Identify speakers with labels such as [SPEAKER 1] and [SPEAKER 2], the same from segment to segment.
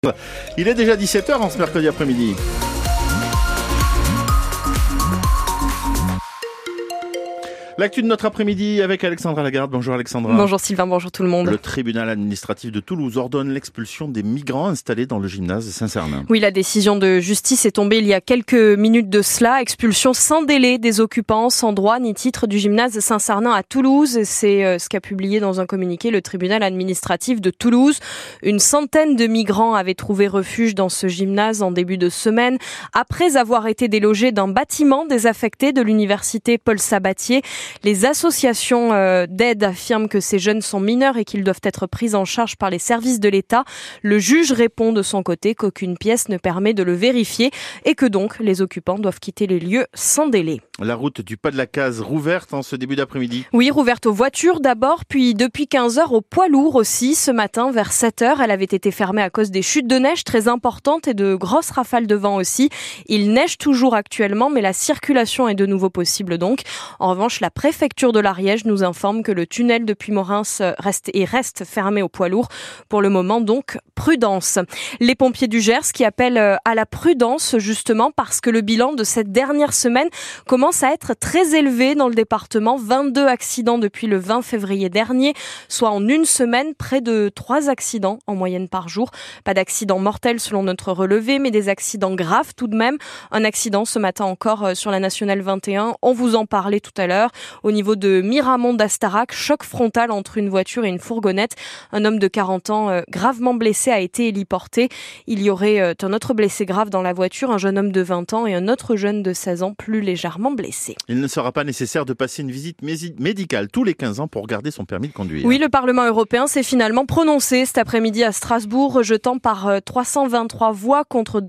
[SPEAKER 1] Il est déjà 17h en ce mercredi après-midi. L'actu de notre après-midi avec Alexandra Lagarde. Bonjour Alexandra.
[SPEAKER 2] Bonjour Sylvain, bonjour tout le monde.
[SPEAKER 1] Le tribunal administratif de Toulouse ordonne l'expulsion des migrants installés dans le gymnase de Saint-Cernin.
[SPEAKER 2] Oui, la décision de justice est tombée il y a quelques minutes de cela. Expulsion sans délai des occupants, sans droit ni titre du gymnase de Saint-Cernin à Toulouse. C'est ce qu'a publié dans un communiqué le tribunal administratif de Toulouse. Une centaine de migrants avaient trouvé refuge dans ce gymnase en début de semaine après avoir été délogés d'un bâtiment désaffecté de l'université Paul Sabatier. Les associations d'aide affirment que ces jeunes sont mineurs et qu'ils doivent être pris en charge par les services de l'État. Le juge répond de son côté qu'aucune pièce ne permet de le vérifier et que donc les occupants doivent quitter les lieux sans délai.
[SPEAKER 1] La route du Pas de la Case rouverte en ce début d'après-midi.
[SPEAKER 2] Oui, rouverte aux voitures d'abord, puis depuis 15h aux poids lourds aussi. Ce matin, vers 7h, elle avait été fermée à cause des chutes de neige très importantes et de grosses rafales de vent aussi. Il neige toujours actuellement, mais la circulation est de nouveau possible donc. En revanche, la préfecture de l'Ariège nous informe que le tunnel depuis Morins reste fermé aux poids lourds. Pour le moment donc, prudence. Les pompiers du Gers qui appellent à la prudence justement parce que le bilan de cette dernière semaine commence à être très élevé dans le département. 22 accidents depuis le 20 février dernier, soit en une semaine, près de 3 accidents en moyenne par jour. Pas d'accidents mortels selon notre relevé, mais des accidents graves tout de même. Un accident ce matin encore sur la Nationale 21, on vous en parlait tout à l'heure. Au niveau de Miramont d'Astarac, choc frontal entre une voiture et une fourgonnette. Un homme de 40 ans gravement blessé a été héliporté. Il y aurait un autre blessé grave dans la voiture, un jeune homme de 20 ans et un autre jeune de 16 ans plus légèrement blessé.
[SPEAKER 1] Il ne sera pas nécessaire de passer une visite médicale tous les 15 ans pour garder son permis de conduire.
[SPEAKER 2] Oui, le Parlement européen s'est finalement prononcé cet après-midi à Strasbourg, rejetant par 323 voix contre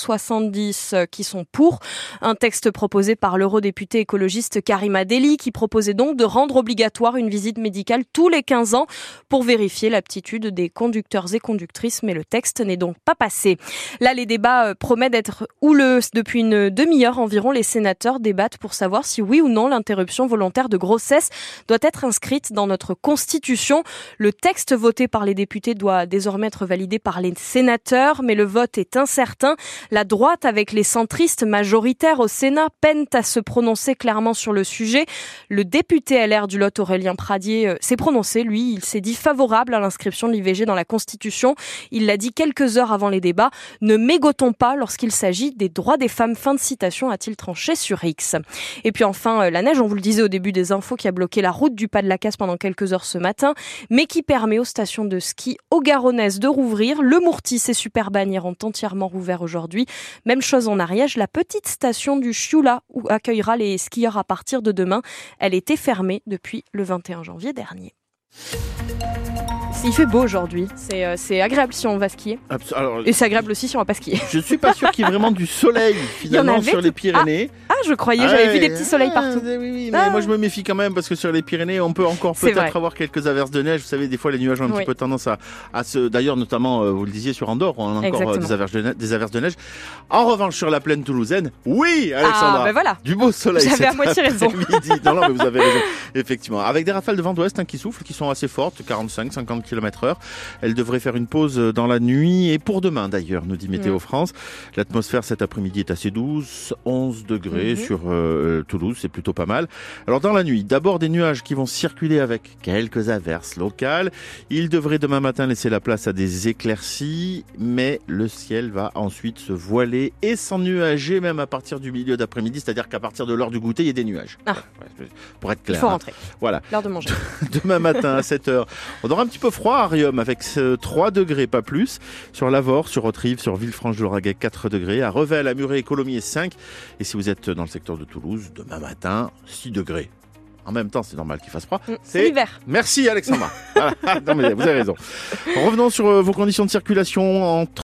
[SPEAKER 2] 270 qui sont pour. Un texte proposé par l'eurodéputé écologiste Karima Delli qui proposait donc de rendre obligatoire une visite médicale tous les 15 ans pour vérifier l'aptitude des conducteurs et conductrices, mais le texte n'est donc pas passé. Là, les débats promettent d'être houleux. Depuis une demi-heure environ, les sénateurs débattent pour savoir si oui ou non l'interruption volontaire de grossesse doit être inscrite dans notre Constitution. Le texte voté par les députés doit désormais être validé par les sénateurs, mais le vote est incertain. La droite, avec les centristes majoritaires au Sénat, peinent à se prononcer clairement sur le sujet. Le député LR du Lot, Aurélien Pradier, s'est prononcé. Lui, il s'est dit favorable à l'inscription de l'IVG dans la Constitution. Il l'a dit quelques heures avant les débats. Ne mégotons pas lorsqu'il s'agit des droits des femmes. Fin de citation, a-t-il tranché sur X. Et puis enfin, la neige, on vous le disait au début des infos, qui a bloqué la route du Pas de la Case pendant quelques heures ce matin, mais qui permet aux stations de ski haut-garonnaises de rouvrir. Le Mourtis et Super-Bannières ont entièrement rouvert aujourd'hui. Même chose en Ariège, la petite station du Chioula, où accueillera les skieurs à partir de demain. Elle était fermée depuis le 21 janvier dernier. Il fait beau aujourd'hui, c'est agréable si on va skier.
[SPEAKER 1] Alors,
[SPEAKER 2] et c'est agréable aussi si on va pas skier.
[SPEAKER 1] Je suis pas sûr qu'il y ait vraiment du soleil finalement sur les Pyrénées.
[SPEAKER 2] Je croyais, j'avais vu des petits soleils partout.
[SPEAKER 1] Oui, mais moi je me méfie quand même parce que sur les Pyrénées, on peut encore peut-être avoir quelques averses de neige. Vous savez, des fois les nuages ont un petit peu tendance à se... D'ailleurs, notamment, vous le disiez, sur Andorre, on a encore des averses de neige. En revanche, sur la plaine toulousaine, oui, Alexandra,
[SPEAKER 2] voilà.
[SPEAKER 1] Du beau soleil.
[SPEAKER 2] J'avais à moitié raison.
[SPEAKER 1] Non, mais vous avez raison, effectivement. Avec des rafales de vent d'ouest qui soufflent, qui sont assez fortes, 45-50 km/h. Elle devrait faire une pause dans la nuit et pour demain d'ailleurs, nous dit Météo France. L'atmosphère cet après-midi est assez douce, 11 degrés sur Toulouse, c'est plutôt pas mal. Alors dans la nuit, d'abord des nuages qui vont circuler avec quelques averses locales. Il devrait demain matin laisser la place à des éclaircies, mais le ciel va ensuite se voiler et s'ennuager même à partir du milieu d'après-midi, c'est-à-dire qu'à partir de l'heure du goûter, il y a des nuages. Pour être clair.
[SPEAKER 2] Il faut rentrer.
[SPEAKER 1] Voilà.
[SPEAKER 2] L'heure de manger.
[SPEAKER 1] Demain matin à 7h, on aura un petit peu froid à Riom avec 3 degrés, pas plus. Sur Lavore, sur Haute-Rive, sur Villefranche-de-Lauragais, 4 degrés. À Revel, à Muret et Colomiers, 5. Et si vous êtes dans le secteur de Toulouse, demain matin, 6 degrés. En même temps, c'est normal qu'il fasse froid.
[SPEAKER 2] C'est l'hiver.
[SPEAKER 1] Merci Alexandra. Voilà. Non, mais vous avez raison. Revenons sur vos conditions de circulation entre